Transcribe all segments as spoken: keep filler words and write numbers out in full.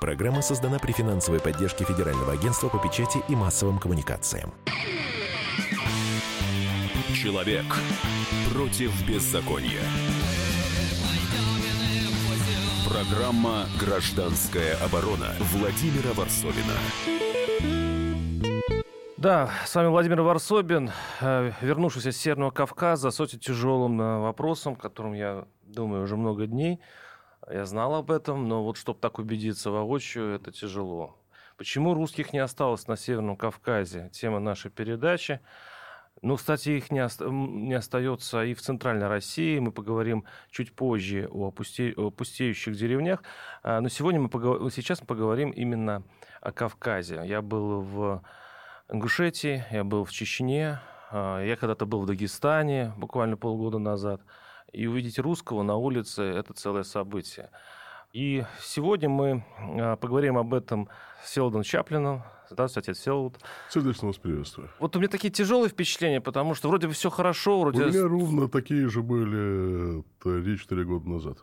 Программа создана при финансовой поддержке Федерального агентства по печати и массовым коммуникациям. Человек против беззакония. Программа «Гражданская оборона» Владимира Варсобина. Да, с вами Владимир Варсобин, вернувшийся с Северного Кавказа с очень тяжелым вопросом, которым я думаю уже много дней. Я знал об этом, но вот чтобы так убедиться воочию, это тяжело. Почему русских не осталось на Северном Кавказе? Тема нашей передачи. Ну, кстати, их не, оста- не остается и в Центральной России. Мы поговорим чуть позже о, опусте- о пустеющих деревнях. Но сегодня мы поговор- сейчас мы поговорим именно о Кавказе. Я был в Ингушетии, я был в Чечне, я когда-то был в Дагестане буквально полгода назад. И увидеть русского на улице – это целое событие. И сегодня мы поговорим об этом с Всеволодом Чаплиным. Здравствуйте, отец Всеволод. Сердечно вас приветствую. Вот у меня такие тяжелые впечатления, потому что вроде бы все хорошо. Вроде... У меня ровно такие же были три-четыре года назад.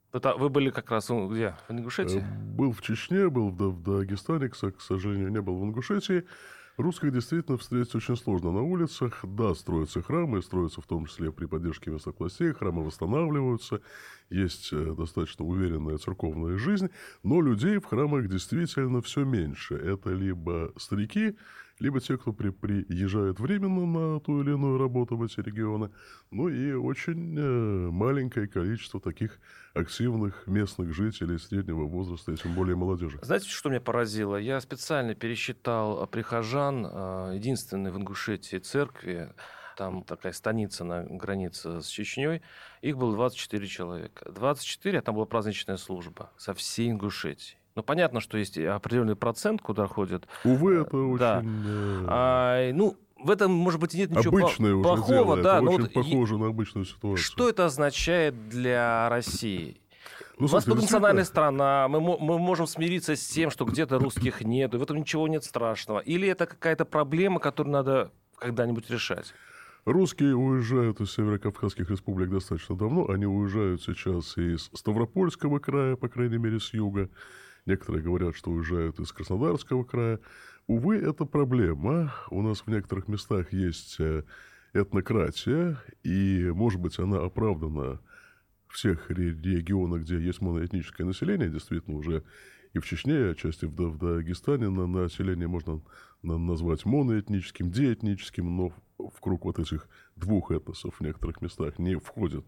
Вы были как раз где? В Ингушетии? Был в Чечне, был в Дагестане, к сожалению, не был в Ингушетии. Русских действительно встретить очень сложно на улицах. Да, строятся храмы, строятся в том числе при поддержке местных властей, храмы восстанавливаются, есть достаточно уверенная церковная жизнь, но людей в храмах действительно все меньше. Это либо старики, либо те, кто при, приезжает временно на ту или иную работу в эти регионы, ну и очень маленькое количество таких активных местных жителей среднего возраста, и тем более молодежи. Знаете, что меня поразило? Я специально пересчитал прихожан единственной в Ингушетии церкви, там такая станица на границе с Чечней, их было двадцать четыре человека. двадцать четыре, а там была праздничная служба со всей Ингушетии. Ну, понятно, что есть определенный процент, куда ходят. Увы, это да. очень... А, ну, в этом, может быть, нет ничего Обычное плохого. Уже да, это но очень вот похоже и... на обычную ситуацию. Что это означает для России? Ну, У нас слушайте, многонациональная страна, мы, мы можем смириться с тем, что где-то русских нет, и в этом ничего нет страшного. Или это какая-то проблема, которую надо когда-нибудь решать? Русские уезжают из северокавказских республик достаточно давно. Они уезжают сейчас из Ставропольского края, по крайней мере, с юга. Некоторые говорят, что уезжают из Краснодарского края. Увы, это проблема. У нас в некоторых местах есть этнократия, и, может быть, она оправдана в всех регионах, где есть моноэтническое население. Действительно, уже и в Чечне, и отчасти в, в Дагестане на, население можно на, назвать моноэтническим, диэтническим, но в круг вот этих двух этносов в некоторых местах не входит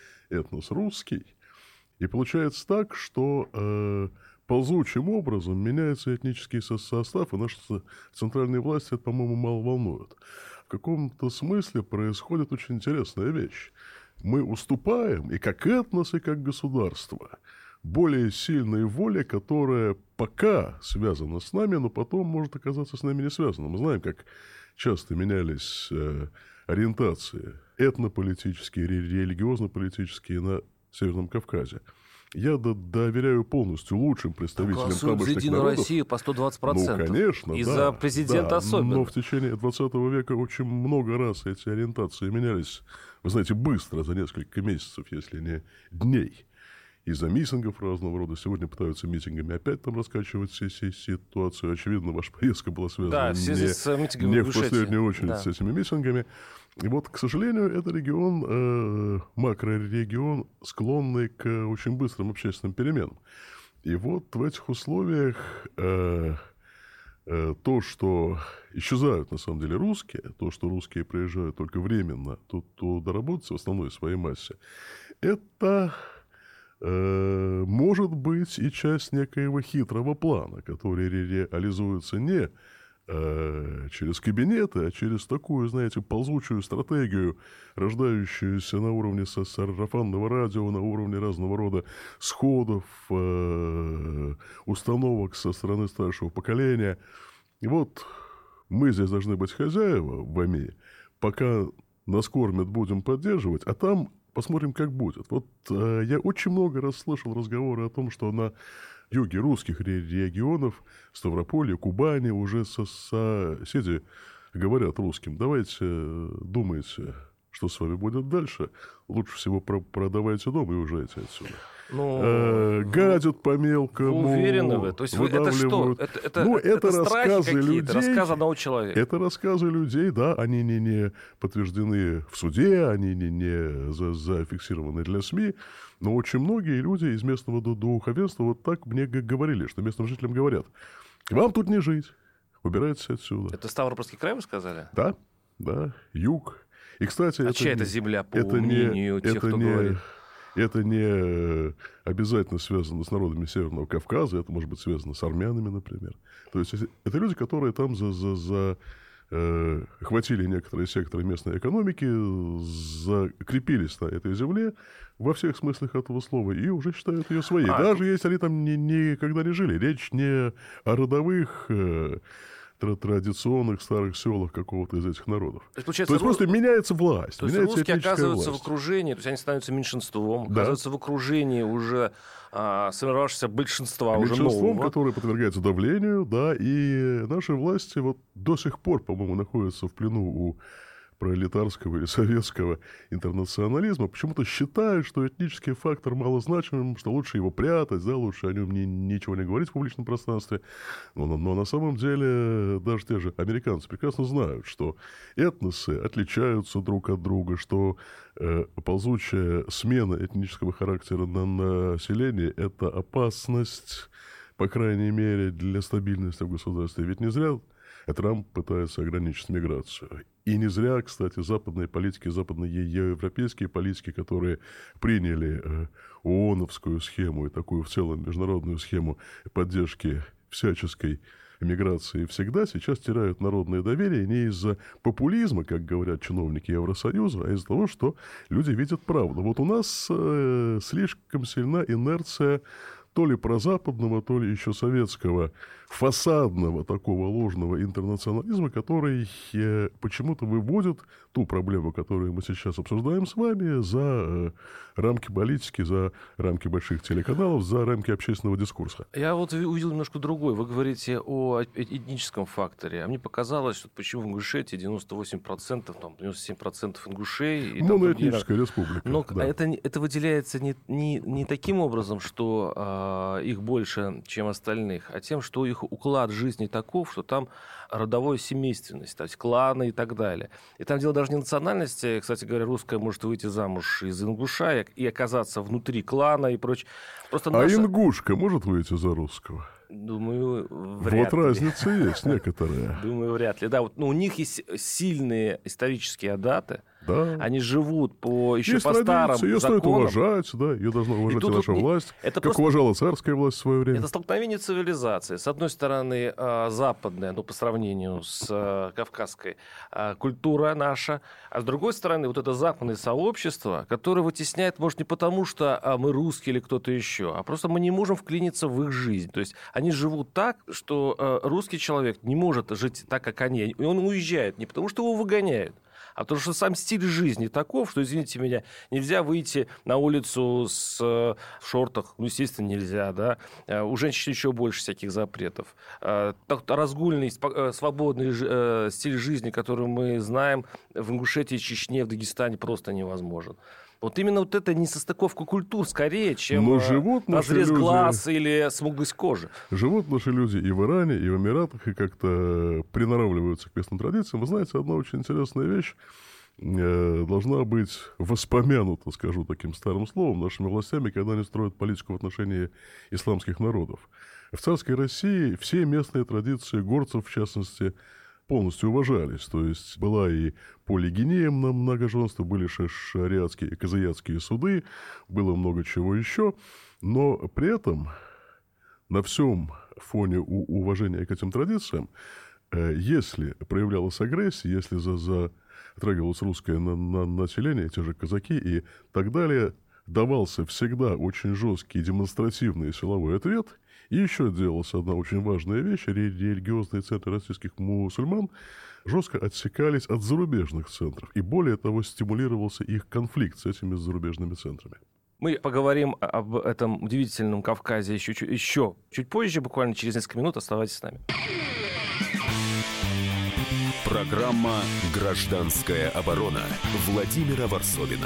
этнос русский. И получается так, что э, ползучим образом меняется этнический состав, и наши центральные власти это, по-моему, мало волнует. В каком-то смысле происходит очень интересная вещь. Мы уступаем и как этнос, и как государство более сильной воле, которая пока связана с нами, но потом может оказаться с нами не связана. Мы знаем, как часто менялись э, ориентации этнополитические, религиозно-политические на Северном Кавказе. Я доверяю полностью лучшим представителям голосуют тамошних за Единую народов. Россию по сто двадцать процентов. Ну, конечно, и да. за президента да, особенно. Но в течение двадцатого века очень много раз эти ориентации менялись, вы знаете, быстро, за несколько месяцев, если не дней. Из-за митингов разного рода. Сегодня пытаются митингами опять там раскачивать ситуацию. Очевидно, ваша поездка была связана да, в связи не, с митингами не в, в последнюю очередь да. с этими митингами. И вот, к сожалению, это регион, э, макрорегион, склонный к очень быстрым общественным переменам. И вот в этих условиях э, э, то, что исчезают на самом деле русские, то, что русские приезжают только временно тут туда работать в основной своей массе, это... может быть и часть некоего хитрого плана, который реализуется не э, через кабинеты, а через такую, знаете, ползучую стратегию, рождающуюся на уровне сарафанного радио, на уровне разного рода сходов, э, установок со стороны старшего поколения. И вот мы здесь должны быть хозяева в ОМИ, пока нас кормят, будем поддерживать, а там посмотрим, как будет. Вот э, я очень много раз слышал разговоры о том, что на юге русских регионов, Ставрополье, Кубани, уже со соседи говорят русским: давайте, думайте, Что с вами будет дальше? Лучше всего про- продавайте дом и уезжайте отсюда. Ну, э, гадят по-мелкому. Вы уверены в этом? То есть вы, это что? Это, это, ну, это, это, это рассказы людей. Рассказы одного человека. Это рассказы людей, да, они не, не подтверждены в суде, они не, не за, зафиксированы для СМИ, но очень многие люди из местного духовенства вот так мне говорили, что местным жителям говорят: вам тут не жить, убирайтесь отсюда. Это Ставропольский край, вы сказали? Да, да, юг. И, кстати, а это чья не, это земля, по это мнению не, тех, это кто не, говорит? Это не обязательно связано с народами Северного Кавказа, это может быть связано с армянами, например. То есть это люди, которые там за, за, за, э, хватили некоторые секторы местной экономики, закрепились на этой земле во всех смыслах этого слова и уже считают ее своей. А, Даже если они там ни, никогда не жили. Речь не о родовых... Э, традиционных старых селах какого-то из этих народов. То есть, то есть просто меняется власть. То есть меняется русские оказываются власть. в окружении, то есть они становятся меньшинством, да. оказываются в окружении уже а, сформировавшегося большинства, уже меньшинством, нового. которое подвергается давлению, да, и наши власти вот до сих пор, по-моему, находятся в плену у пролетарского или советского интернационализма, почему-то считают, что этнический фактор малозначимым, что лучше его прятать, да, лучше о нем ни, ничего не говорить в публичном пространстве. Но, но, но на самом деле даже те же американцы прекрасно знают, что этносы отличаются друг от друга, что э, ползучая смена этнического характера на население – это опасность, по крайней мере, для стабильности в государстве. Ведь не зря Трамп пытается ограничить миграцию. И не зря, кстати, западные политики, западные европейские политики, которые приняли ООНовскую схему и такую в целом международную схему поддержки всяческой миграции, всегда сейчас теряют народное доверие не из-за популизма, как говорят чиновники Евросоюза, а из-за того, что люди видят правду. Вот у нас э, слишком сильна инерция то ли прозападного, то ли еще советского фасадного такого ложного интернационализма, который э, почему-то выводит ту проблему, которую мы сейчас обсуждаем с вами, за э, рамки политики, за рамки больших телеканалов, за рамки общественного дискурса. Я вот увидел немножко другой. Вы говорите о этническом факторе. А мне показалось, что почему в Ингушетии девяносто восемь процентов, там, девяносто семь процентов ингушей. И моноэтническая республика. Но да. это, это выделяется не, не, не таким образом, что а, их больше, чем остальных, а тем, что их уклад жизни таков, что там родовая семейственность, то есть кланы и так далее. И там дело даже не национальности. Кстати говоря, русская может выйти замуж из ингуша и оказаться внутри клана и прочее. Просто а наша... ингушка может выйти за русского? Думаю, вряд вот ли. разница есть некоторая. Думаю, вряд ли. Да, вот, ну, у них есть сильные исторические даты. Да. Они живут по еще есть по старым традиции, ее законам. стоит уважать, да, ее должна уважать и, и наша не... власть, это как просто... уважала царская власть в свое время. Это столкновение цивилизаций. С одной стороны, западная, ну, по сравнению с кавказской, культура наша, а с другой стороны, вот это западное сообщество, которое вытесняет, может, не потому, что мы русские или кто-то еще, а просто мы не можем вклиниться в их жизнь. То есть они живут так, что русский человек не может жить так, как они. И он уезжает не потому, что его выгоняют, а потому что сам стиль жизни таков, что, извините меня, нельзя выйти на улицу с, в шортах, ну, естественно, нельзя, да. У женщин еще больше всяких запретов. Разгульный, свободный стиль жизни, который мы знаем, в Ингушетии, Чечне, в Дагестане просто невозможен. Вот именно вот это несостыковка культур скорее, чем разрез люди, глаз или смуглость кожи. Живут наши люди и в Иране, и в Эмиратах, и как-то приноравливаются к местным традициям. Вы знаете, одна очень интересная вещь э, должна быть воспомянута, скажу таким старым словом, нашими властями, когда они строят политику в отношении исламских народов. В царской России все местные традиции горцев, в частности, полностью уважались. То есть была и полигинея на многоженство, были шариатские и казаятские суды, было много чего еще. Но при этом на всем фоне уважения к этим традициям, если проявлялась агрессия, если за, затрагивалось русское на, на население, те же казаки и так далее, давался всегда очень жесткий демонстративный силовой ответ. И еще делалась одна очень важная вещь. Религиозные центры российских мусульман жестко отсекались от зарубежных центров. И более того, стимулировался их конфликт с этими зарубежными центрами. Мы поговорим об этом удивительном Кавказе еще, еще чуть позже, буквально через несколько минут. Оставайтесь с нами. Программа «Гражданская оборона» Владимира Варсобина.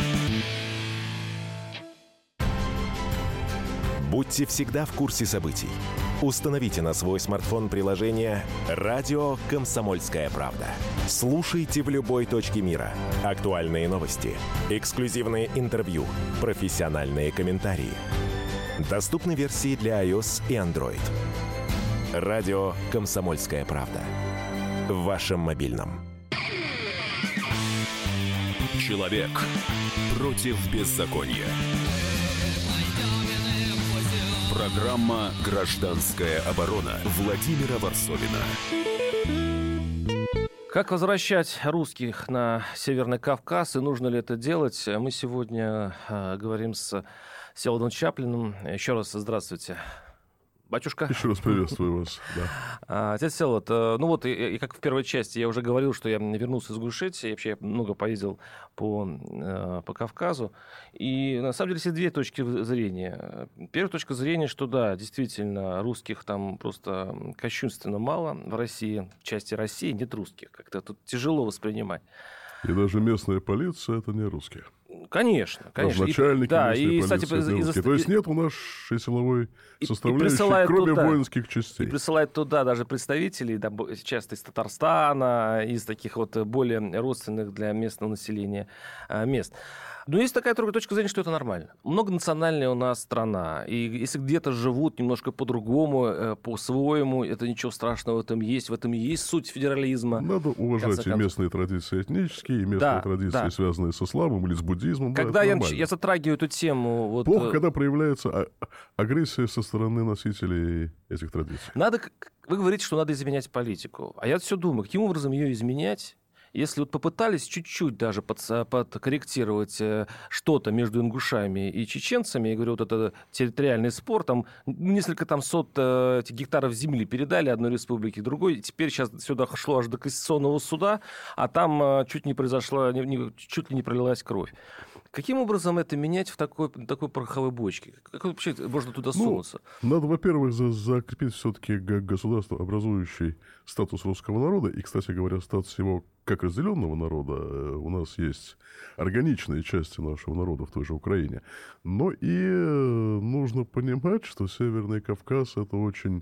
Будьте всегда в курсе событий. Установите на свой смартфон приложение «Радио Комсомольская правда». Слушайте в любой точке мира. Актуальные новости, эксклюзивные интервью, профессиональные комментарии. Доступны версии для iOS и Android. «Радио Комсомольская правда». В вашем мобильном. Человек против беззакония. Программа «Гражданская оборона» Владимира Варсобина. Как возвращать русских на Северный Кавказ и нужно ли это делать? Мы сегодня э, говорим с Всеволодом Чаплиным. Еще раз здравствуйте. Батюшка. Еще раз приветствую вас. Да. А, отец Всеволод, ну вот, и, и как в первой части я уже говорил, что я вернулся из Ингушетии, вообще я много поездил по, по Кавказу, и на самом деле есть две точки зрения. Первая точка зрения, что да, действительно, русских там просто кощунственно мало в России, в части России нет русских, как-то тут тяжело воспринимать. И даже местная полиция — это не русские. Конечно, конечно. Даже начальники и, да, местной и, полиции кстати, — это не русские. То есть нет у нашей силовой составляющей, кроме туда, воинских частей. И присылают туда даже представителей, да, часто из Татарстана, из таких вот более родственных для местного населения мест. Но есть такая другая точка зрения, что это нормально. Многонациональная у нас страна. И если где-то живут немножко по-другому, по-своему, это ничего страшного в этом есть. В этом и есть суть федерализма. Надо уважать и местные традиции этнические, и местные да, традиции, да. связанные с исламом или с буддизмом. Когда да, я, я затрагиваю эту тему... Вот, Плохо, когда проявляется агрессия со стороны носителей этих традиций. Надо, вы говорите, что надо изменять политику. А я все думаю, каким образом ее изменять? Если вот попытались чуть-чуть даже под, подкорректировать что-то между ингушами и чеченцами, я говорю, вот это территориальный спор, там несколько там сот э, гектаров земли передали одной республике, другой, и теперь сейчас все дошло аж до Конституционного суда, а там э, чуть не произошла, не, не, чуть ли не пролилась кровь. Каким образом это менять в такой, такой пороховой бочке? Как вообще можно туда сунуться? Ну, надо, во-первых, за- закрепить все-таки государство, образующий статус русского народа. И, кстати говоря, статус его как разделенного народа. У нас есть органичные части нашего народа в той же Украине. Но и нужно понимать, что Северный Кавказ — это очень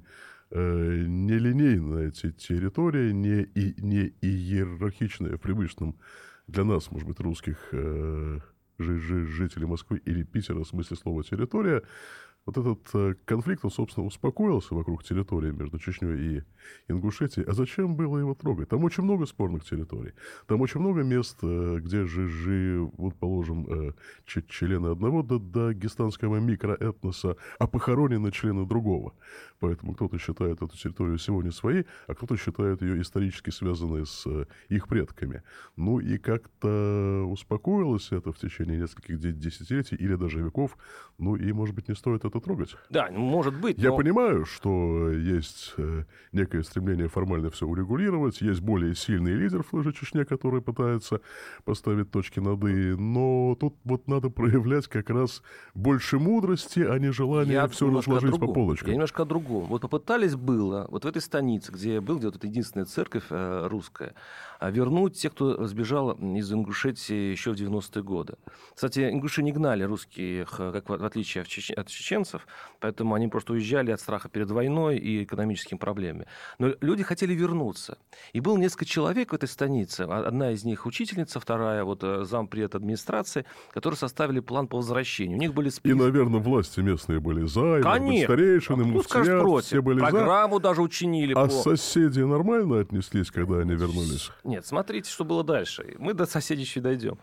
э, нелинейная территория, не, и, не иерархичная в привычном для нас, может быть, русских э, жителей Москвы или Питера в смысле слова территория. Вот этот конфликт, он, собственно, успокоился вокруг территории между Чечней и Ингушетией. А зачем было его трогать? Там очень много спорных территорий. Там очень много мест, где же живут, положим, члены одного дагестанского микроэтноса, а похоронены члены другого. Поэтому кто-то считает эту территорию сегодня своей, а кто-то считает ее исторически связанной с их предками. Ну и как-то успокоилось это в течение нескольких десятилетий или даже веков. Ну и, может быть, не стоит это трогать. Да, может быть. Я но... понимаю, что есть э, некое стремление формально все урегулировать, есть более сильный лидер в той же Чечне, который пытается поставить точки над «и», но тут вот надо проявлять как раз больше мудрости, а не желание Я все разложить по полочкам. Я немножко о другом. Вот попытались было, вот в этой станице, где я был, где вот эта единственная церковь э, русская, вернуть тех, кто сбежал из Ингушетии еще в девяностые годы. Кстати, ингуши не гнали русских, как в, в отличие от, чеч... от чеченцев, поэтому они просто уезжали от страха перед войной и экономическими проблемами. Но люди хотели вернуться. И было несколько человек в этой станице, одна из них учительница, вторая вот зампред администрации, которые составили план по возвращению. У них были списки. И, наверное, власти местные были за, и старейшины, а муфтият, все были Программу за. Программу даже учинили. А по... соседи нормально отнеслись, когда они вернулись? Нет, смотрите, что было дальше. Мы до соседей еще дойдем.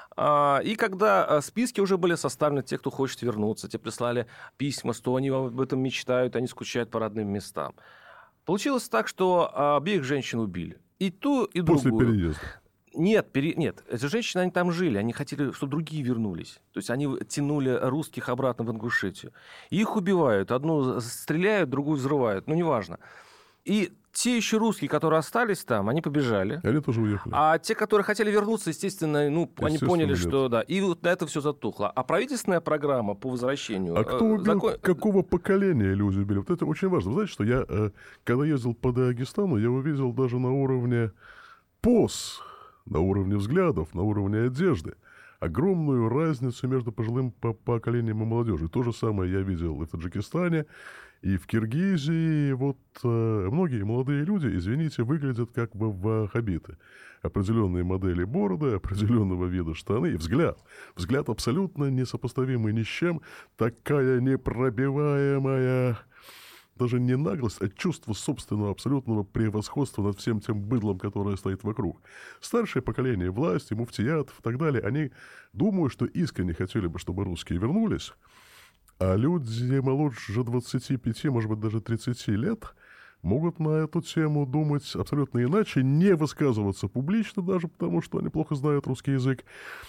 И когда списки уже были составлены, те, кто хочет вернуться, те прислали письма, что они об этом мечтают, они скучают по родным местам. Получилось так, что обеих женщин убили. И ту, и другую. После переезда. Нет, пере... нет, эти женщины, они там жили, они хотели, чтобы другие вернулись. То есть они тянули русских обратно в Ингушетию. И их убивают. Одну стреляют, другую взрывают, ну, неважно. И те еще русские, которые остались там, они побежали. Они тоже уехали. А те, которые хотели вернуться, естественно, ну, естественно они поняли, нет. что да. И вот на это все затухло. А правительственная программа по возвращению... А кто убил, закон... какого поколения люди убили? Вот это очень важно. Вы знаете, что я, когда ездил по Дагестану, я увидел даже на уровне поз, на уровне взглядов, на уровне одежды огромную разницу между пожилым поколением и молодежью. То же самое я видел и в Таджикистане, и в Киргизии. Вот э, многие молодые люди, извините, выглядят как бы ваххабиты. Определенные модели бороды, определенного вида штаны и взгляд. Взгляд абсолютно несопоставимый ни с чем. Такая непробиваемая... Даже не наглость, а чувство собственного абсолютного превосходства над всем тем быдлом, которое стоит вокруг. Старшее поколение власти, муфтиятов и так далее, они, думаю, что искренне хотели бы, чтобы русские вернулись, а люди моложе двадцати пяти, может быть, даже тридцати лет могут на эту тему думать абсолютно иначе, не высказываться публично даже, потому что они плохо знают русский язык,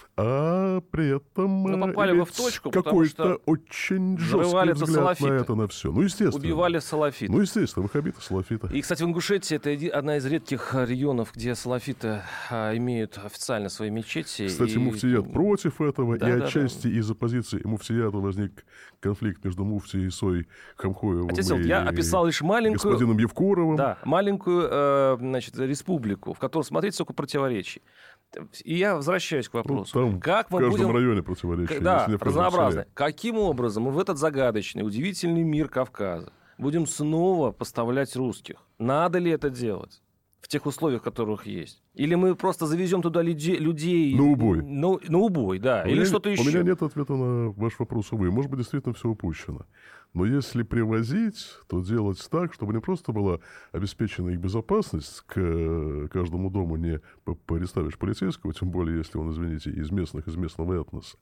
а при этом ну, попали бы в точку, какой-то очень жесткий взгляд салафиты. На это, на все. Ну, естественно. Убивали салафиты. Ну, естественно, ваххабиты, салафиты. И, кстати, в Ингушетии это одна из редких регионов, где салафиты а, имеют официально свои мечети. Кстати, и... муфтият против этого, да, и да, отчасти да. из-за позиции муфтията возник конфликт между муфтией Исой Хамхоевым Отец, и я описал лишь маленькую... господином Евкуровым. Да, маленькую э, значит, республику, в которой, смотрите, сколько противоречий. И я возвращаюсь к вопросу. Ну, там как мы в каждом будем... районе противоречия. Да, разнообразно. Каким образом мы в этот загадочный, удивительный мир Кавказа будем снова поставлять русских? Надо ли это делать? В тех условиях, в которых есть. Или мы просто завезем туда людей... людей на убой. На, на убой, да. У Или меня, что-то еще. У меня нет ответа на ваш вопрос, увы. Может быть, действительно все упущено. Но если привозить, то делать так, чтобы не просто была обеспечена их безопасность, к каждому дому не приставишь полицейского, тем более, если он, извините, из местных, из местного этноса.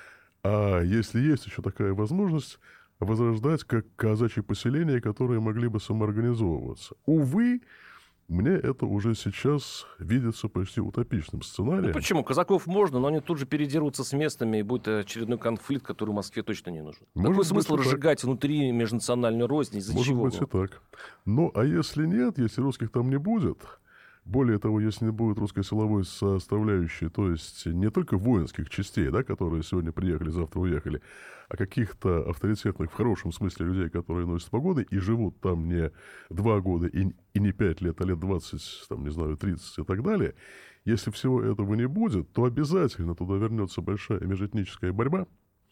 А если есть еще такая возможность, возрождать как казачьи поселения, которые могли бы самоорганизовываться. Увы, мне это уже сейчас видится почти утопичным сценарием. Ну почему? Казаков можно, но они тут же передерутся с местными, и будет очередной конфликт, который Москве точно не нужен. Может Какой смысл разжигать так. внутри межнациональную рознь? Из-за Может чего? быть и так. Ну, а если нет, если русских там не будет... Более того, если не будет русской силовой составляющей, то есть не только воинских частей, да, которые сегодня приехали, завтра уехали, а каких-то авторитетных, в хорошем смысле, людей, которые носят погоны и живут там не два года и, и не пять лет, а лет двадцать, там, не знаю, тридцать и так далее, если всего этого не будет, то обязательно туда вернется большая межэтническая борьба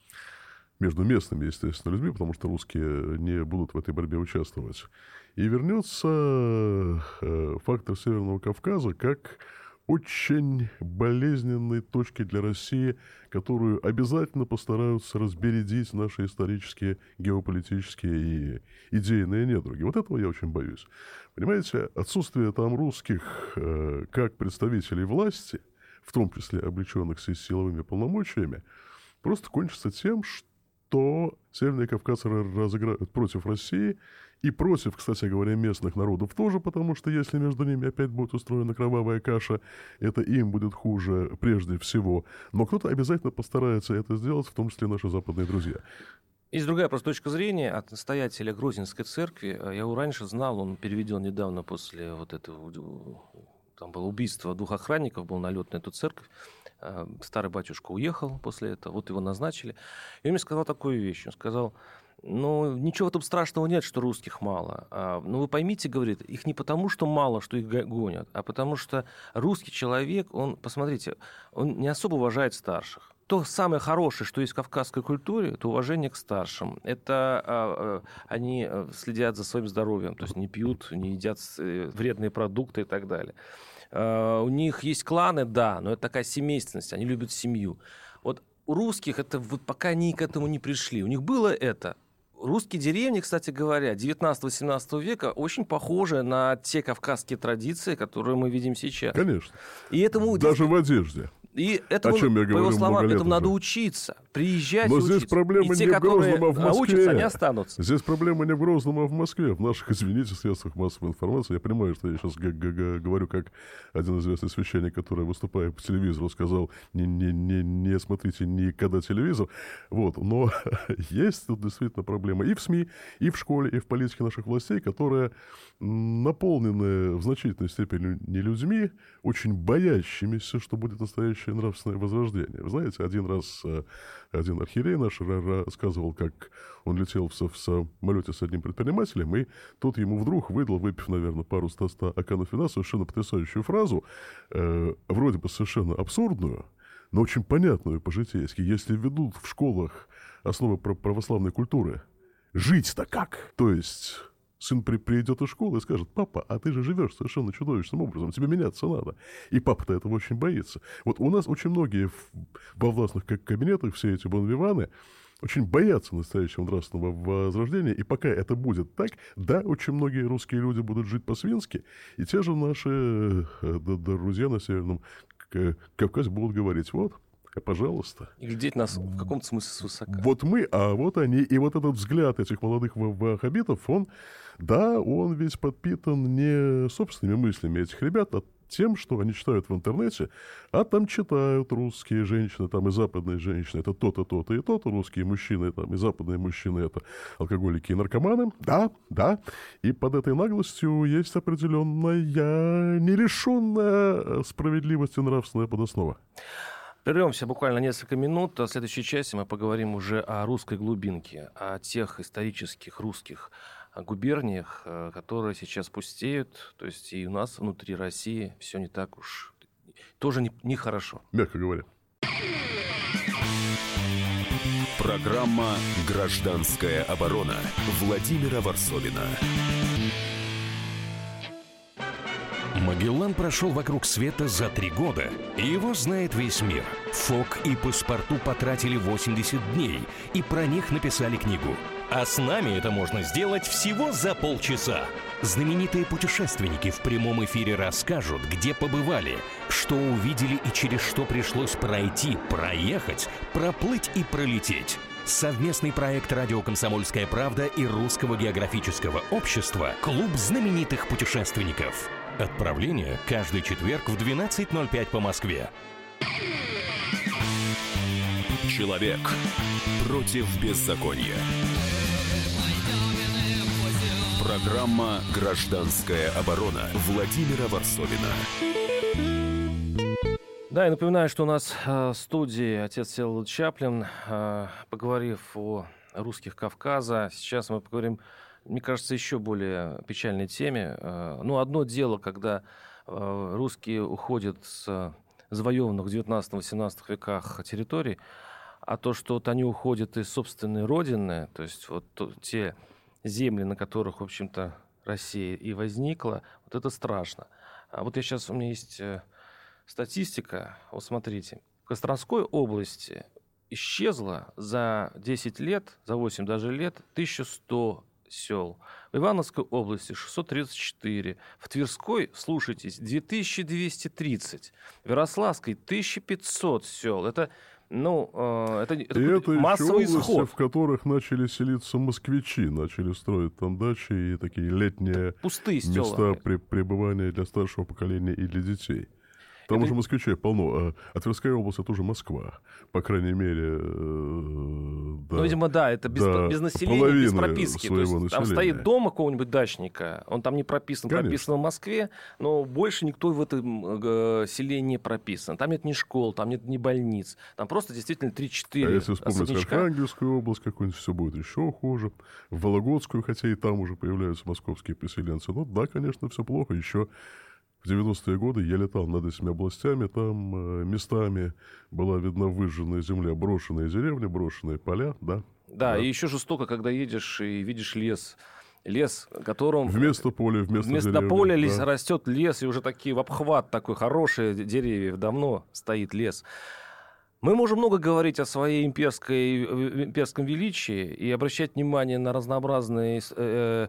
между местными, естественно, людьми, потому что русские не будут в этой борьбе участвовать. И вернется фактор Северного Кавказа как очень болезненной точки для России, которую обязательно постараются разбередить наши исторические, геополитические и идейные недруги. Вот этого я очень боюсь. Понимаете, отсутствие там русских как представителей власти, в том числе облеченных силовыми полномочиями, просто кончится тем, что то Северные Кавказцы разыграют против России и против, кстати говоря, местных народов тоже, потому что если между ними опять будет устроена кровавая каша, это им будет хуже прежде всего. Но кто-то обязательно постарается это сделать, в том числе наши западные друзья. Есть другая просто точка зрения от настоятеля Грозненской церкви. Я его раньше знал, он переведен недавно после вот этого, там было убийство двух охранников, был налет на эту церковь. Старый батюшка уехал после этого, вот его назначили. И он мне сказал такую вещь. Он сказал, ну, ничего в этом страшного нет, что русских мало. А, ну, вы поймите, говорит, их не потому, что мало, что их гонят, а потому что русский человек, он, посмотрите, он не особо уважает старших. То самое хорошее, что есть в кавказской культуре, это уважение к старшим. Это а, а, они следят за своим здоровьем, то есть не пьют, не едят вредные продукты и так далее. Uh, у них есть кланы, да, но это такая семейственность, они любят семью. Вот у русских это вот пока они к этому не пришли. У них было это. Русские деревни, кстати говоря, девятнадцатого-семнадцатого века очень похожи на те кавказские традиции, которые мы видим сейчас. Конечно. И этому... Даже в одежде. И этому, о чем я по его словам, этому уже. надо учиться. приезжать Но и здесь учиться. проблема И те, не в которые Грозном, а в Москве. учатся, они останутся. Здесь проблема не в Грозном, а в Москве. В наших, извините, средствах массовой информации. Я понимаю, что я сейчас г- г- говорю как один известный священник, который, выступая по телевизору, сказал, не, не, не, не смотрите никогда телевизор. Вот. Но есть тут действительно проблема и в СМИ, и в школе, и в политике наших властей, которые наполнены в значительной степени не людьми, очень боящимися, что будет настоящее нравственное возрождение. Вы знаете, один раз один архиерей наш рассказывал, как он летел в самолете с одним предпринимателем, и тот ему вдруг выдал, выпив, наверное, пару ста стаканов вина, совершенно потрясающую фразу, э, вроде бы совершенно абсурдную, но очень понятную по-житейски. Если ведут в школах основы православной культуры, жить-то как? То есть сын при, придет из школы и скажет: папа, а ты же живешь совершенно чудовищным образом, тебе меняться надо. И папа-то этого очень боится. Вот у нас очень многие в, во властных кабинетах, все эти бонвиваны, очень боятся настоящего нравственного возрождения. И пока это будет так, да, очень многие русские люди будут жить по-свински. И те же наши друзья на Северном Кавказе будут говорить: вот, пожалуйста. И глядеть нас в каком-то смысле свысока. Вот мы, а вот они. И вот этот взгляд этих молодых ваххабитов, он, да, он ведь подпитан не собственными мыслями этих ребят, а тем, что они читают в интернете, а там читают русские женщины, там и западные женщины, это то-то, то-то и то-то, русские мужчины, там и западные мужчины, это алкоголики и наркоманы, да, да, и под этой наглостью есть определенная, не лишенная справедливости нравственная подоснова. Прервемся буквально несколько минут. В следующей части мы поговорим уже о русской глубинке, о тех исторических русских губерниях, которые сейчас пустеют. То есть и у нас внутри России все не так уж, тоже нехорошо. Не Мягко говоря. Программа «Гражданская оборона» Владимира Варсовина. Магеллан прошел вокруг света за три года, и его знает весь мир. Фок и Паспарту потратили восемьдесят дней, и про них написали книгу. А с нами это можно сделать всего за полчаса. Знаменитые путешественники в прямом эфире расскажут, где побывали, что увидели и через что пришлось пройти, проехать, проплыть и пролететь. Совместный проект «Радио Комсомольская правда» и Русского географического общества «Клуб знаменитых путешественников». Отправление каждый четверг в двенадцать ноль пять по Москве. Человек против беззакония. Программа «Гражданская оборона» Владимира Варсовина. Да, и напоминаю, что у нас в студии отец Всеволод Чаплин. Поговорив о русских Кавказа, сейчас мы поговорим, мне кажется, еще более печальной теме. Ну, одно дело, когда русские уходят с завоеванных в девятнадцатом-восемнадцатом веках территорий, а то, что вот они уходят из собственной родины, то есть вот те земли, на которых, в общем-то, Россия и возникла, вот это страшно. А вот я сейчас, у меня есть статистика, вот смотрите, в Костромской области исчезло за десять лет, за восемь даже лет, тысяча сто сел. В Ивановской области шестьсот тридцать четыре. В Тверской, слушайтесь, две тысячи двести тридцать. В Ярославской тысяча пятьсот сел. Это, ну, э, это, это, это массовый еще исход. области, в которых начали селиться москвичи, начали строить там дачи и такие летние пустые места села. при, пребывания для старшего поколения и для детей. Там это... уже москвичей полно. А Тверская область — это уже Москва. По крайней мере, да. Ну, видимо, да, это без, да, без населения, без прописки. То есть, там стоит дом какого-нибудь дачника, он там не прописан, Конечно. прописан в Москве, но больше никто в этом э, селе не прописан. Там нет ни школ, там нет ни больниц. Там просто действительно три-четыре А если вспомнить особнячка. Архангельскую область какую-нибудь, все будет еще хуже. В Вологодскую, хотя и там уже появляются московские поселенцы. Ну да, конечно, все плохо. Еще в девяностые годы я летал над этими областями, там э, местами была видна выжженная земля, брошенные деревни, брошенные поля, да. Да, да. И еще жестоко, когда едешь и видишь лес, лес, которым... Вместо поля, вместо, вместо деревни, поля да. растет лес, и уже такие в обхват такой, хорошие деревья, давно стоит лес. Мы можем много говорить о своей имперской, имперском величии и обращать внимание на разнообразные э,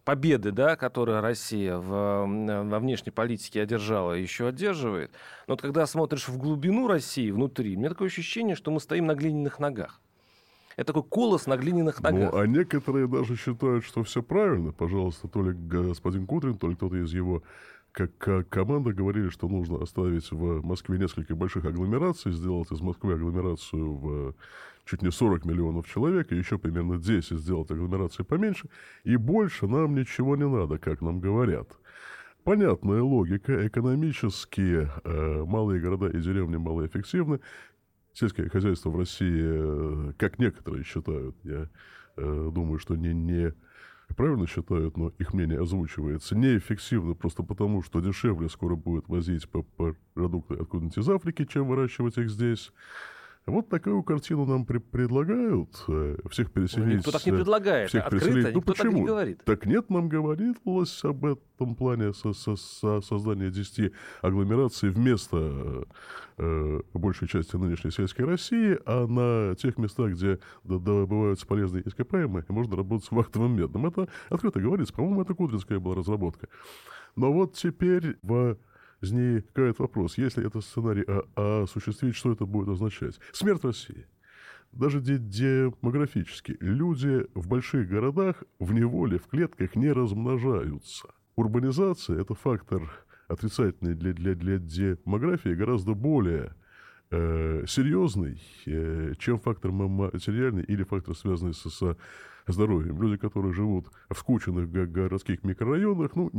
победы, да, которые Россия в, во внешней политике одержала, еще одерживает. Но вот когда смотришь в глубину России, внутри, у меня такое ощущение, что мы стоим на глиняных ногах. Это такой колос на глиняных ногах. Ну, а некоторые даже считают, что все правильно. Пожалуйста, то ли господин Кудрин, то ли кто-то из его как команда говорили, что нужно оставить в Москве несколько больших агломераций, сделать из Москвы агломерацию в чуть не сорок миллионов человек, и еще примерно десять сделать агломерации поменьше, и больше нам ничего не надо, как нам говорят. Понятная логика, экономически э, малые города и деревни малоэффективны. Сельское хозяйство в России, как некоторые считают, я э, думаю, что не, не правильно считают, но их мнение озвучивается, неэффективно просто потому, что дешевле скоро будет возить по, по продукты откуда-нибудь из Африки, чем выращивать их здесь. Вот такую картину нам при- предлагают. Всех переселить. Ну, никто так не предлагает. Всех Открыто переселить. Ну, никто почему? так не говорит. Так нет, нам говорилось об этом плане со- со- со- создания десяти агломераций вместо э, большей части нынешней сельской России, а на тех местах, где добываются полезные ископаемые, можно работать с вахтовым медным. Это открыто говорится. По-моему, это кудринская была разработка. Но вот теперь в возникает вопрос, если это сценарий а, осуществить, что это будет означать? Смерть России. Даже де- демографически. Люди в больших городах в неволе, в клетках не размножаются. Урбанизация – это фактор отрицательный для, для, для демографии, гораздо более э, серьезный, э, чем фактор материальный или фактор, связанный со, со здоровьем. Люди, которые живут в скученных городских микрорайонах, ну,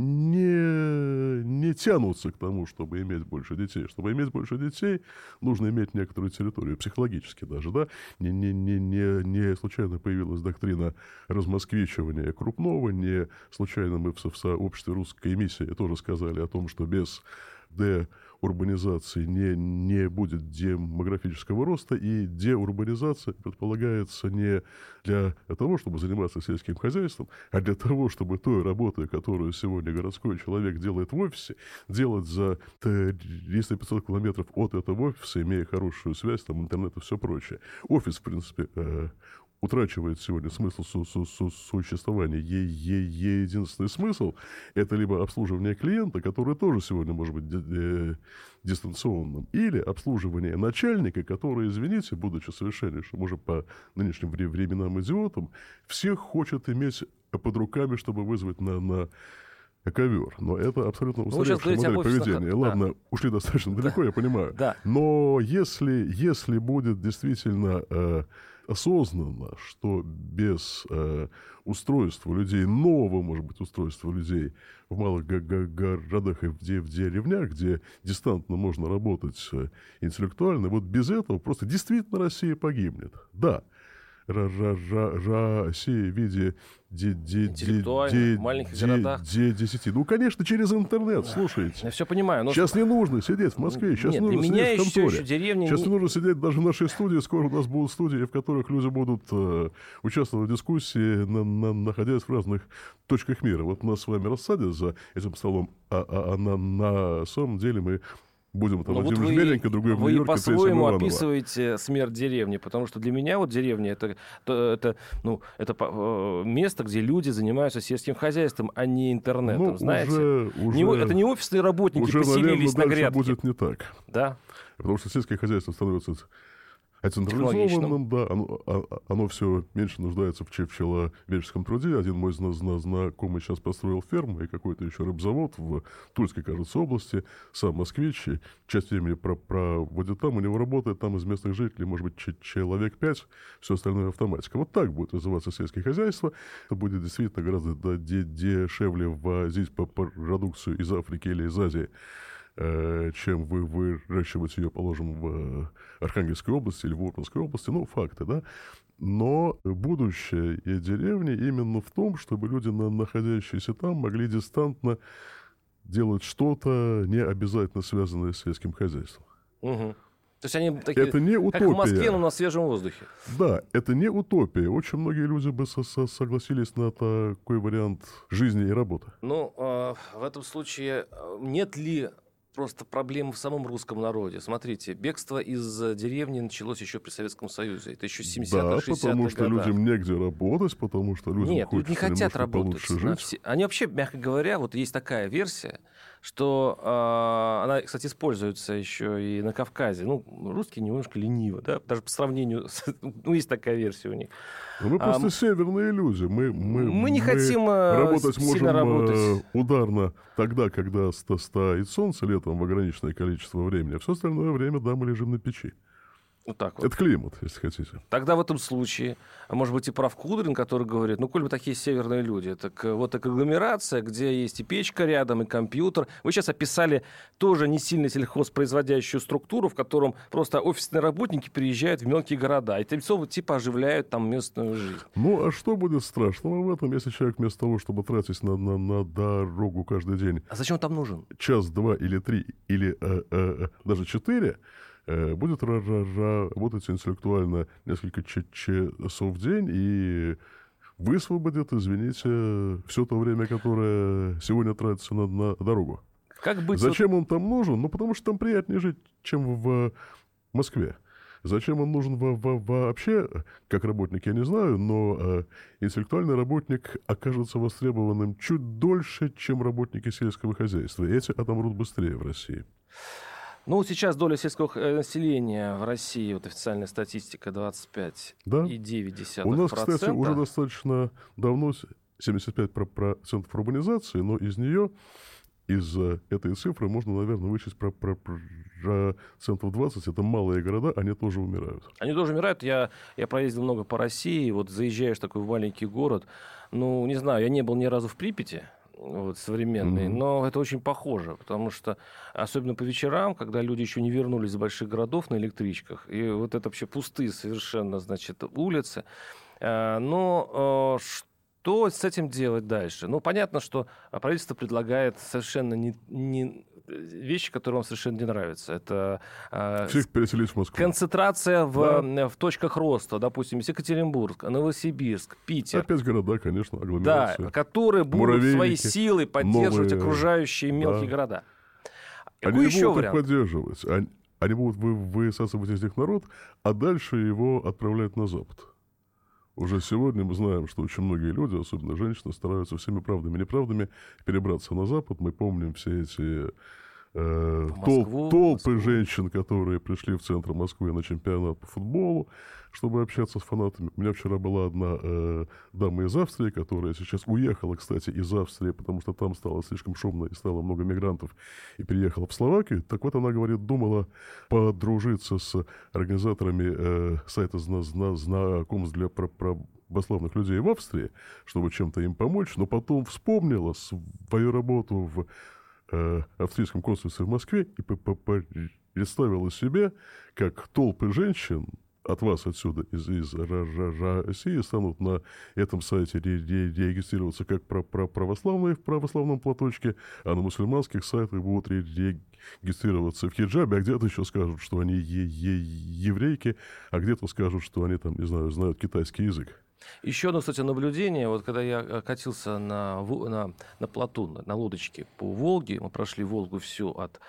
не, не тянутся к тому, чтобы иметь больше детей. Чтобы иметь больше детей, нужно иметь некоторую территорию, психологически даже, да. Не, не, не, не, не случайно появилась доктрина размосквичивания крупного, не случайно мы в, в сообществе русской миссии тоже сказали о том, что без деурбанизации не, не будет демографического роста, и деурбанизация предполагается не для того, чтобы заниматься сельским хозяйством, а для того, чтобы той работой, которую сегодня городской человек делает в офисе, делать за триста-пятьсот километров от этого офиса, имея хорошую связь, там, интернет и все прочее. Офис, в принципе, э, утрачивает сегодня смысл су- су- су- существования. Е- е- единственный смысл – это либо обслуживание клиента, который тоже сегодня может быть ди- э, дистанционным, или обслуживание начальника, который, извините, будучи совершеннейшим уже по нынешним вре- временам идиотом, всех хочет иметь под руками, чтобы вызвать на, на ковер. Но это абсолютно устаревшая модель поведения. Да. Ладно, ушли достаточно далеко, да. я понимаю. Да. Но если, если будет действительно э, осознанно, что без э, устройства людей, нового, может быть, устройства людей в малых г- г- городах и в, де- в деревнях, где дистантно можно работать э, интеллектуально, вот без этого просто действительно Россия погибнет. Да. Россия в виде де, де, де, де, маленьких де, городах. де, десяти. Ну, конечно, через интернет, слушайте. Я все понимаю. Но... Сейчас не нужно сидеть в Москве, сейчас Нет, не нужно для меня сидеть в еще, конторе. еще деревня... Сейчас не... не нужно сидеть даже в нашей студии. Скоро у нас будут студии, в которых люди будут э, участвовать в дискуссии, на, на, находясь в разных точках мира. Вот нас с вами рассадят за этим столом, а, а, а на, на самом деле мы... Будем там один вот в Жмеренко, другой в Нью-Йорке, вы третий в по-своему Иваново. описываете смерть деревни, потому что для меня вот деревня это, это, ну, это место, где люди занимаются сельским хозяйством, а не интернетом, Ну, знаете? уже, уже, не, это не офисные работники уже, поселились наверное, на грядке. будет не так. Да. Потому что сельское хозяйство становится централизованным, да, оно, оно все меньше нуждается в, в человеческом труде. Один мой зна- зна- знакомый сейчас построил ферму и какой-то еще рыбзавод в Тульской, кажется, области, сам москвич, и часть времени про- проводит там, у него работает там из местных жителей, может быть, ч- человек пять, все остальное автоматика. Вот так будет развиваться сельское хозяйство. Это будет действительно гораздо да, де- дешевле возить по продукцию из Африки или из Азии, чем вы выращивать ее, положим, в Архангельской области или в Урманской области. Ну, факты, да. Но будущее и деревни именно в том, чтобы люди, находящиеся там, могли дистантно делать что-то, не обязательно связанное с сельским хозяйством. Угу. То есть они такие, это не утопия. как в Москве, но на свежем воздухе. Да, это не утопия. Очень многие люди бы со- со- согласились на такой вариант жизни и работы. Ну, э, в этом случае нет ли просто проблема в самом русском народе. Смотрите, бегство из деревни началось еще при Советском Союзе. Это еще семидесятые, шестидесятые годы. Да, потому что годах. людям негде работать, потому что людям Нет, люди не хотят работать. Жить. Все... Они вообще, мягко говоря, вот есть такая версия, что э, она, кстати, используется еще и на Кавказе. Ну, русские немножко лениво, да, даже по сравнению с... Ну, есть такая версия у них. Но мы просто а, северные люди. Мы, мы, мы не мы хотим работать можем работать. ударно тогда, когда стоит солнце летом в ограниченное количество времени, а все остальное время, да, мы лежим на печи. Вот так вот. Это климат, если хотите. Тогда в этом случае, а может быть, и прав Кудрин, который говорит, ну, коль мы такие северные люди, так вот эта агломерация, где есть и печка рядом, и компьютер. Вы сейчас описали тоже не сильно сельхозпроизводящую структуру, в котором просто офисные работники приезжают в мелкие города, и тем самым типа оживляют там местную жизнь. Ну, а что будет страшного в этом, если человек вместо того, чтобы тратить на, на, на дорогу каждый день... А зачем он там нужен? Час, два или три, или э, э, даже четыре... будет работать интеллектуально несколько часов в день и высвободит, извините, все то время, которое сегодня тратится на, на дорогу. Как быть Зачем вот... он там нужен? Ну, потому что там приятнее жить, чем в Москве. Зачем он нужен в, в, вообще, как работник, я не знаю, но э, интеллектуальный работник окажется востребованным чуть дольше, чем работники сельского хозяйства. И эти отомрут быстрее в России. Ну, сейчас доля сельского населения в России, вот официальная статистика, двадцать пять целых девять десятых процента. У нас, кстати, уже достаточно давно семьдесят пять процентов урбанизации, но из нее, из этой цифры, можно, наверное, вычесть про, про, про процентов двадцать. Это малые города, они тоже умирают. Они тоже умирают. Я, я проездил много по России, вот заезжаешь в такой маленький город, ну, не знаю, я не был ни разу в Припяти, вот, современный, mm-hmm. но это очень похоже, потому что, особенно по вечерам, когда люди еще не вернулись из больших городов на электричках, и вот это вообще пустые совершенно, значит, улицы. Но что с этим делать дальше? Ну, понятно, что правительство предлагает совершенно не... не вещи, которые вам совершенно не нравятся. Это всех переселить в Москву. Концентрация в, да. в точках роста, допустим, Екатеринбург, Новосибирск, Питер. Опять города, конечно, агломерации. Да, которые будут своей силой поддерживать новые... окружающие мелкие да. города. Какой они еще будут вариант? Их поддерживать. Они, они будут вы, высасывать из них народ, а дальше его отправлять на Запад. Уже сегодня мы знаем, что очень многие люди, особенно женщины, стараются всеми правдами и неправдами перебраться на Запад. Мы помним все эти э, Москву, толпы Москву. женщин, которые пришли в центр Москвы на чемпионат по футболу, чтобы общаться с фанатами. У меня вчера была одна э, дама из Австрии, которая сейчас уехала, кстати, из Австрии, потому что там стало слишком шумно и стало много мигрантов, и переехала в Словакию. Так вот, она говорит, думала подружиться с организаторами э, сайта знакомств для православных людей в Австрии, чтобы чем-то им помочь, но потом вспомнила свою работу в э, австрийском консульстве в Москве и представила себе, как толпы женщин от вас отсюда, из, из России, станут на этом сайте регистрироваться как православные в православном платочке, а на мусульманских сайтах будут регистрироваться в хиджабе, а где-то еще скажут, что они еврейки, а где-то скажут, что они там, не знаю, знают китайский язык. Еще одно, кстати, наблюдение. Вот когда я катился на, на, на плоту, на, на лодочке по Волге, мы прошли Волгу всю от,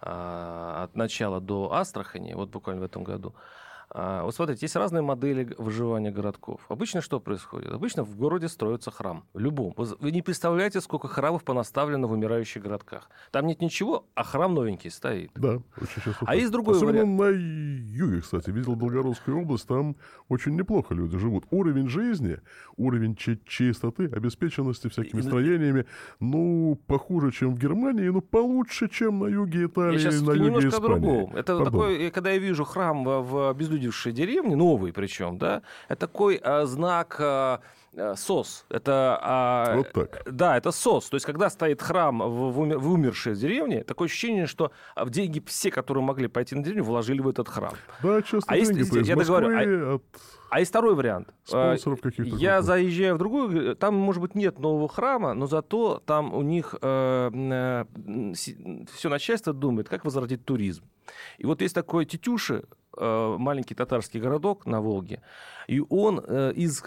от начала до Астрахани, вот буквально в этом году. Вот смотрите, есть разные модели выживания городков. Обычно что происходит? Обычно в городе строится храм. В любом. Вы не представляете, сколько храмов понаставлено в умирающих городках. Там нет ничего, а храм новенький стоит. Да, очень часто. А есть другой Особенно вариант. на юге, кстати. Видел Белгородскую область, там очень неплохо люди живут. Уровень жизни, уровень чистоты, обеспеченности всякими строениями, ну, похуже, чем в Германии, но получше, чем на юге Италии, я сейчас на юге немножко Испании. О другом. Это Пардон. такой, когда я вижу храм в, в безлюдевшей деревне, новый причем, да, это такой а, знак а, СОС. Это, а, вот так. Да, это СОС. То есть, когда стоит храм в, в, умер, в умершей деревне, такое ощущение, что в деньги все, которые могли пойти на деревню, вложили в этот храм. Да, часто а деньги если, из я Москвы, договорю, от... А есть второй вариант. Спонсоров каких-то. Я групп. заезжаю в другую, там, может быть, нет нового храма, но зато там у них э, э, все начальство думает, как возродить туризм. И вот есть такой Тетюши, э, маленький татарский городок на Волге, и он э, из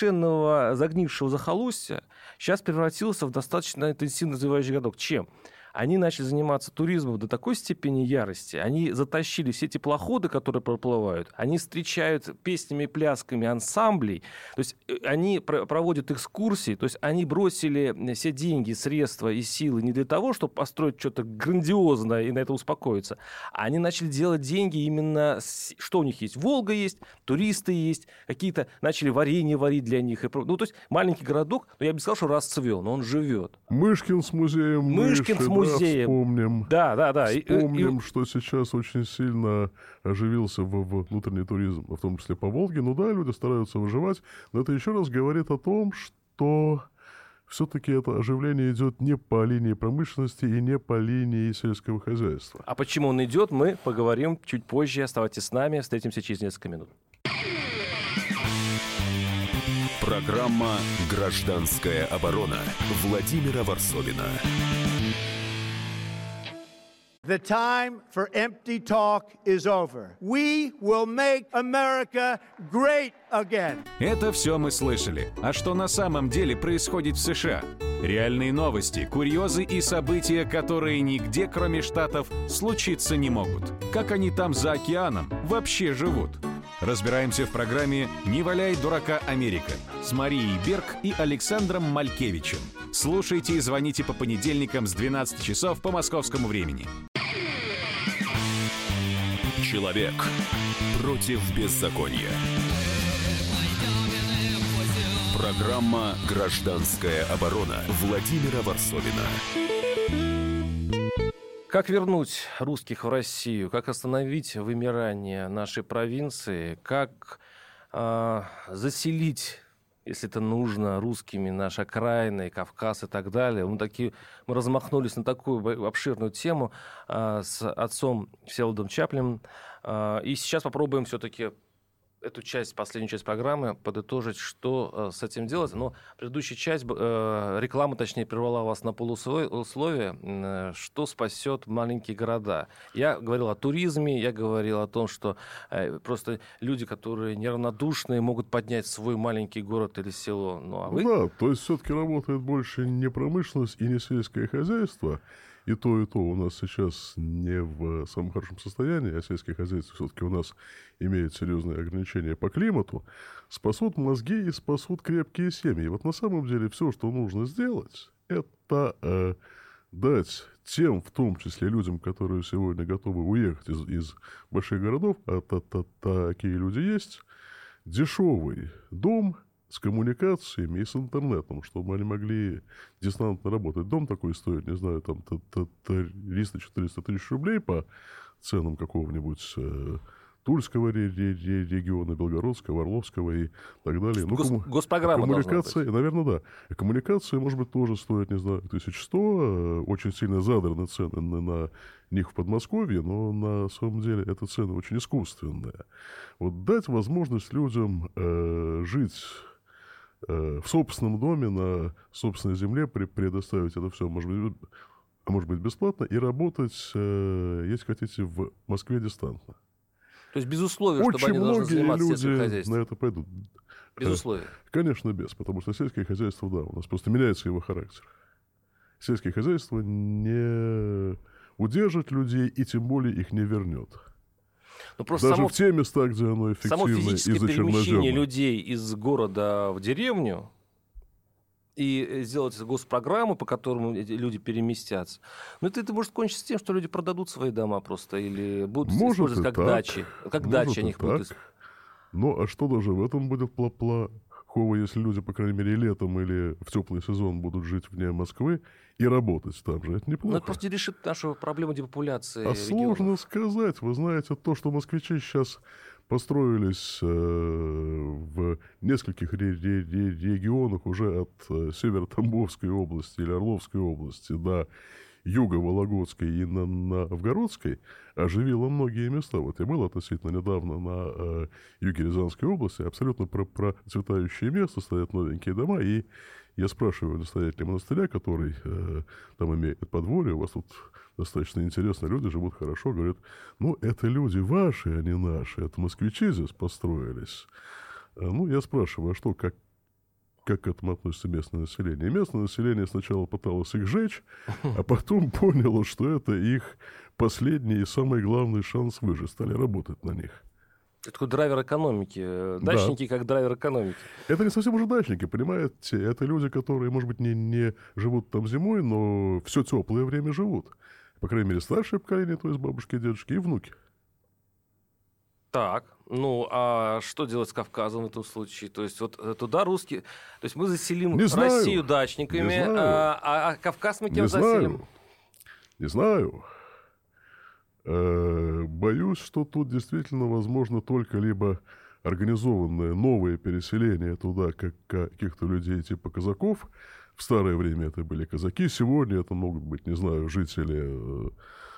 совершенного загнившего захолустья сейчас превратился в достаточно интенсивно развивающий городок. Чем? они начали заниматься туризмом до такой степени ярости. Они затащили все теплоходы, которые проплывают, они встречают песнями и плясками ансамблей, то есть они проводят экскурсии, то есть они бросили все деньги, средства и силы не для того, чтобы построить что-то грандиозное и на это успокоиться, а они начали делать деньги именно, с... что у них есть? Волга есть, туристы есть, какие-то начали варенье варить для них. И... Ну, то есть маленький городок, но я бы не сказал, что расцвел, но он живет. Мышкин с музеем Мышкин мыши, с музеем. Да, вспомним. Да, да, да. Вспомним, и... что сейчас очень сильно оживился в, в внутренний туризм, в том числе по Волге. Ну да, люди стараются выживать, но это еще раз говорит о том, что все-таки это оживление идет не по линии промышленности и не по линии сельского хозяйства. А почему он идет, мы поговорим чуть позже. Оставайтесь с нами, встретимся через несколько минут. Программа «Гражданская оборона» Владимира Варсобина. The time for empty talk is over. We will make America great again. Это все мы слышали. А что на самом деле происходит в США? Реальные новости, курьезы и события, которые нигде, кроме Штатов, случиться не могут. Как они там за океаном вообще живут? Разбираемся в программе «Не валяй дурака, Америка» с Марией Берг и Александром Малькевичем. Слушайте и звоните по понедельникам с двенадцати часов по московскому времени. Человек против беззакония. Программа «Гражданская оборона» Владимира Варсобина. Как вернуть русских в Россию? Как остановить вымирание нашей провинции? Как э, заселить, если это нужно, русскими наши окраины, Кавказ и так далее? Мы, такие, мы размахнулись на такую обширную тему э, с отцом Всеволодом Чаплиным. Э, и сейчас попробуем все-таки эту часть, последнюю часть программы подытожить, что э, с этим делать. Но предыдущая часть, э, реклама, точнее, прервала вас на полусловие, э, что спасет маленькие города. Я говорил о туризме, я говорил о том, что э, просто люди, которые неравнодушные, могут поднять свой маленький город или село. Ну, а вы... Да, то есть все-таки работает больше не промышленность и не сельское хозяйство. И то, и то у нас сейчас не в самом хорошем состоянии, а сельское хозяйство все-таки у нас имеет серьезные ограничения по климату, спасут мозги и спасут крепкие семьи. И вот на самом деле все, что нужно сделать, это э, дать тем, в том числе людям, которые сегодня готовы уехать из, из больших городов, а та, та, та, такие люди есть, дешевый дом с коммуникациями и с интернетом, чтобы они могли дистантно работать. Дом такой стоит, не знаю, там триста-четыреста тысяч рублей по ценам какого-нибудь э, Тульского региона, Белгородского, Орловского и так далее. Ну, Гос, кому... Госпрограмма коммуникации, наверное, да. И коммуникации, может быть, тоже стоят, не знаю, тысяча сто. Очень сильно задраны цены на, на них в Подмосковье, но на самом деле это цены очень искусственные. Вот дать возможность людям э, жить в собственном доме, на собственной земле, предоставить это все, может быть, а может быть, бесплатно, и работать, если хотите, в Москве дистантно. То есть без условия, очень чтобы они должны заниматься сельским люди хозяйством. на это пойдут. Без условий. Конечно, без, потому что сельское хозяйство, да, у нас просто меняется его характер. Сельское хозяйство не удержит людей и тем более их не вернет. Но просто даже само, в те места, где оно эффективно само физическое из-за перемещение чернозема. людей из города в деревню и сделать госпрограмму, по которому эти люди переместятся. Но это, это может кончиться тем, что люди продадут свои дома просто или будут может использовать как так, дачи. Как может дачи они их будут использовать. Ну, а что даже в этом будет плохого, если люди, по крайней мере, летом или в теплый сезон будут жить вне Москвы и работать там же? Это неплохо. Но это просто решит нашу проблему депопуляции А регионов. Сложно сказать. Вы знаете, то, что москвичи сейчас построились э, в нескольких ре- ре- ре- регионах уже от э, Северо-Тамбовской области или Орловской области до юга Вологодской и на, на Новгородской, оживило многие места. Вот я был относительно недавно на э, юге Рязанской области, абсолютно про- процветающее место, стоят новенькие дома, и я спрашиваю настоятеля монастыря, который э, там имеет подворье, у вас тут достаточно интересно, люди живут хорошо, говорят, ну, это люди ваши, а не наши, это москвичи здесь построились. Ну, я спрашиваю, а что, как, как к этому относится местное население. И местное население сначала пыталось их сжечь, а потом поняло, что это их последний и самый главный шанс выжить. Стали работать на них. Это такой драйвер экономики. Дачники Да. как драйвер экономики. Это не совсем уже дачники, понимаете? Это люди, которые, может быть, не, не живут там зимой, но все теплое время живут. По крайней мере, старшее поколение, то есть бабушки, дедушки и внуки. Так, ну а что делать с Кавказом в этом случае? То есть вот туда русские... То есть мы заселим Не знаю. Россию дачниками, Не знаю. а, а- а Кавказ мы кем Не заселим? знаю. Не знаю. Э, Боюсь, что тут действительно возможно только либо организованное новое переселение туда как каких-то людей типа казаков. В старое время это были казаки, сегодня это могут быть, не знаю, жители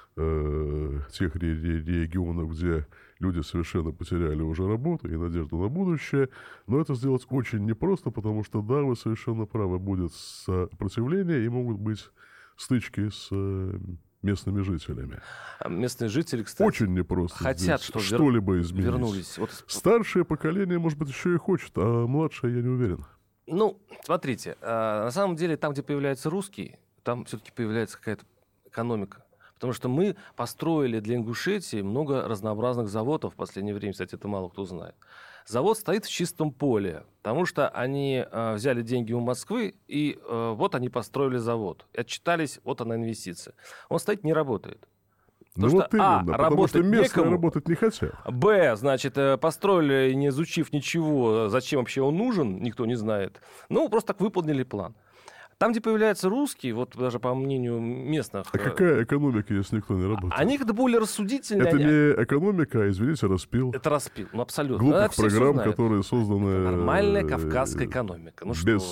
э, тех ре- ре- регионов, где люди совершенно потеряли уже работу и надежду на будущее. Но это сделать очень непросто, потому что, да, вы совершенно правы, будет сопротивление и могут быть стычки с э, местными жителями. А местные жители, кстати, Очень непросто хотят, здесь чтобы вер- что-либо изменить. вернулись. Вот, Старшее поколение, может быть, еще и хочет, а младшее я не уверен. ну, смотрите, а, на самом деле там, где появляется русский, там все-таки появляется какая-то экономика. Потому что мы построили для Ингушетии много разнообразных заводов в последнее время. Кстати, это мало кто знает. Завод стоит в чистом поле, потому что они э, взяли деньги у Москвы, и э, вот они построили завод. И отчитались, вот она инвестиция. Он стоит, не работает. Ну Потому вот что, а, именно, потому что работать местные некому. работать не хотят. Б, значит, э, построили, не изучив ничего, зачем вообще он нужен, никто не знает. Ну, просто так выполнили план. Там, где появляется русский, вот даже по мнению местных... А какая экономика, если никто не работает? Они как-то более рассудительные. Это они... не экономика, а, извините, распил. Это распил, ну абсолютно. Глупых Да, все всё программ, знают. которые созданы... Это нормальная э, кавказская экономика. Ну что без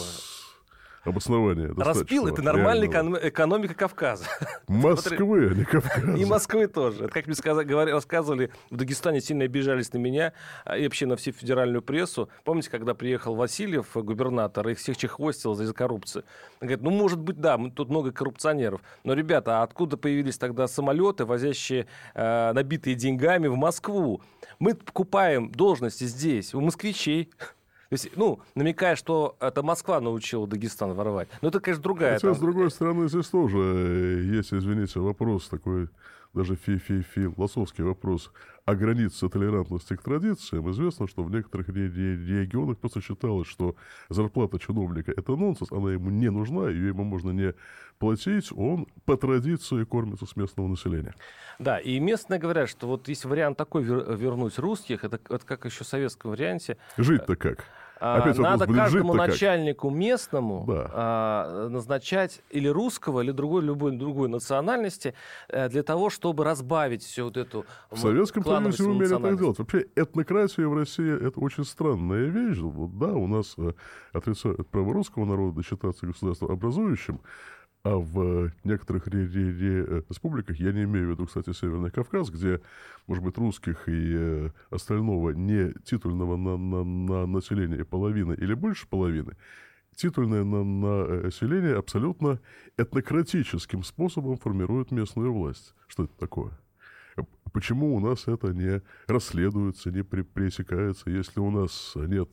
вы. обоснования. Распил — это достаточного, нормальная реального. эконом- экономика Кавказа. Москвы, а не Кавказа. И Москвы тоже. Это, как мне сказали, говорили, рассказывали, в Дагестане сильно обижались на меня а, и вообще на всю федеральную прессу. Помните, когда приехал Васильев, губернатор, и всех чехвостил из-за коррупции? Он говорит, ну, может быть, да, мы, тут много коррупционеров. Но, ребята, а откуда появились тогда самолеты, возящие, э, набитые деньгами в Москву? Мы покупаем должности здесь, у москвичей. То есть, ну, намекая, что это Москва научила Дагестан воровать. Но это, конечно, другая. Хотя, там- с другой стороны, здесь тоже э, есть, извините, вопрос такой, даже фи-фи-философский вопрос о границе толерантности к традициям. Известно, что в некоторых ре- ре- регионах просто считалось, что зарплата чиновника — это нонсенс, она ему не нужна, ее ему можно не платить, он по традиции кормится с местного населения. Да, и местные говорят, что вот есть вариант такой вер- вернуть русских, это, это как еще в советском варианте. Жить-то как? А, Опять вопрос надо будет, каждому жить-то как? начальнику местному Да. а, назначать или русского, или другой, любой другой национальности э, для того, чтобы разбавить всю вот эту В Советском клановость Союзе умели так национальность. делать. Вообще, этнократия в России — это очень странная вещь. Вот, да, у нас э, отрицают право русского народа считаться государством образующим, а в некоторых ре- ре- ре- республиках, я не имею в виду, кстати, Северный Кавказ, где, может быть, русских и э, остального не титульного на, на, на население половины или больше половины, титульное на, на население абсолютно этнократическим способом формирует местную власть. Что это такое? Почему у нас это не расследуется, не при- пресекается, если у нас нет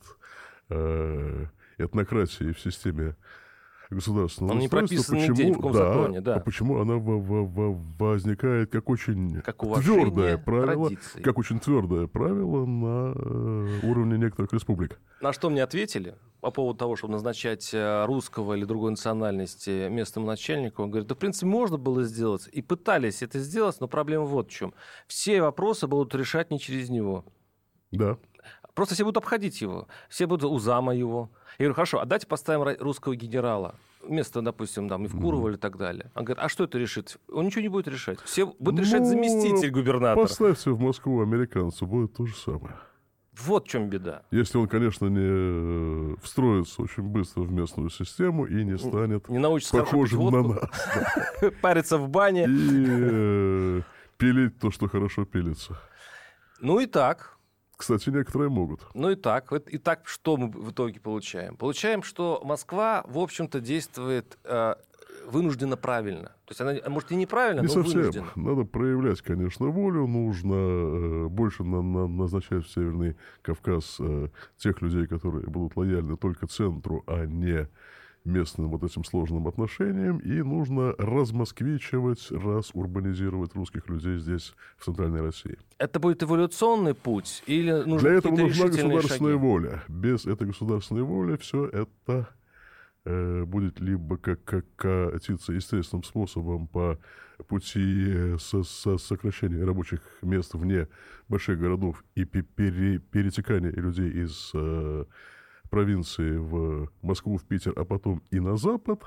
э, этнократии в системе государственного Он не устройства, прописан нигде, ни в каком да, законе, да. а почему она в- в- в- возникает как очень Как уважение твердое правило, традиций. как очень твердое правило на э, уровне некоторых республик? На что мне ответили по поводу того, чтобы назначать э, русского или другой национальности местному начальнику? Он говорит, да, в принципе, можно было сделать. И пытались это сделать, но проблема вот в чем. Все вопросы будут решать не через него. Да. Просто все будут обходить его. Все будут у зама его. Я говорю, хорошо, а давайте поставим ра- русского генерала. Вместо, допустим, там, Евкурова или так далее. Он говорит, а что это решит? Он ничего не будет решать. Все будет решать Ну, заместитель губернатора. Поставьте в Москву американцу, будет то же самое. Вот в чем беда. Если он, конечно, не э, встроится очень быстро в местную систему и не станет Не научится хорошо пить похожим на водку, нас. париться в бане. И э, пилить то, что хорошо пилится. Ну и так. Кстати, некоторые могут. Ну и так. Вот и так что мы в итоге получаем? Получаем, что Москва, в общем-то, действует э, вынуждена правильно. То есть она, может, и неправильно, Не но совсем. вынуждена. Надо проявлять, конечно, волю. Нужно э, больше на, на, назначать в Северный Кавказ э, тех людей, которые будут лояльны только центру, а не местным вот этим сложным отношениям. И нужно размосквичивать, разурбанизировать русских людей здесь, в Центральной России. Это будет эволюционный путь или нужны Для этого какие-то нужна решительные государственная шаги? воля. Без этой государственной воли все это э, будет либо как, как катиться естественным способом по пути со, со сокращения рабочих мест вне больших городов и пере, перетекания людей из э, провинции в Москву, в Питер, а потом и на Запад,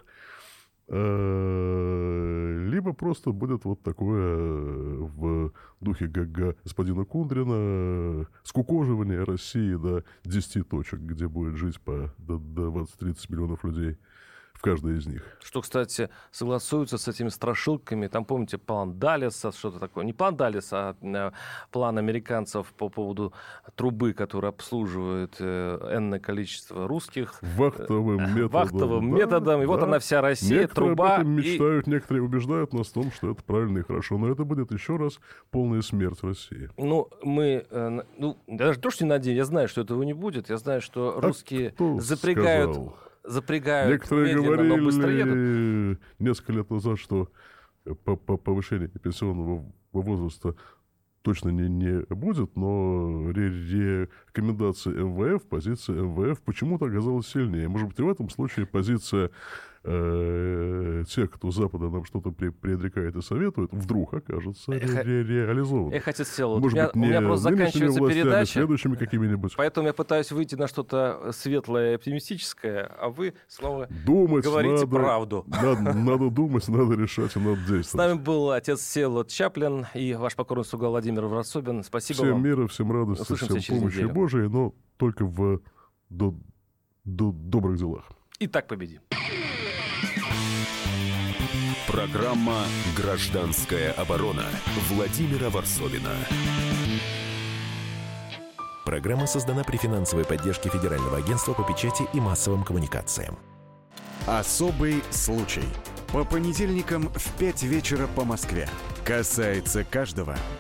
э, либо просто будет вот такое в духе господина Кундрина скукоживание России до десяти точек, где будет жить по до двадцать-тридцать миллионов людей в каждой из них. Что, кстати, согласуется с этими страшилками. Там, помните, план Даллеса, что-то такое. Не план Даллеса, а план американцев по поводу трубы, которая обслуживает э, энное количество русских. Вахтовым методом. Вахтовым да, методом. И да. вот она вся Россия, некоторые труба. об этом мечтают, и... некоторые убеждают нас в том, что это правильно и хорошо. Но это будет еще раз полная смерть России. Ну, мы... Э, ну, даже то, что не надеюсь, я знаю, что этого не будет. Я знаю, что русские а запрягают... Сказал? запрягают Некоторые медленно, говорили но быстро едут. несколько лет назад, что по -по повышение пенсионного возраста точно не, не будет, но ре рекомендации эм вэ эф, позиция эм вэ эф почему-то оказалась сильнее. Может быть, и в этом случае позиция э, тех, кто с Запада нам что-то предрекает и советует, вдруг окажется ре ре реализована. Эх, отец Всеволод, Может у меня, быть, у меня не просто заканчивается властями, передача, следующими какими-нибудь. поэтому я пытаюсь выйти на что-то светлое и оптимистическое, а вы снова Думать говорите надо, правду. Надо, надо думать, надо решать и надо действовать. С нами был отец Всеволод Чаплин и ваш покорный слуга Владимир Варсобин. Спасибо всем вам. мира, всем радости, Услышимся всем через помощи неделю. Божией, но только в до, до добрых делах. И так победим. Программа «Гражданская оборона» Владимира Варсобина. Программа создана при финансовой поддержке Федерального агентства по печати и массовым коммуникациям. Особый случай. По понедельникам в пять вечера по Москве. Касается каждого.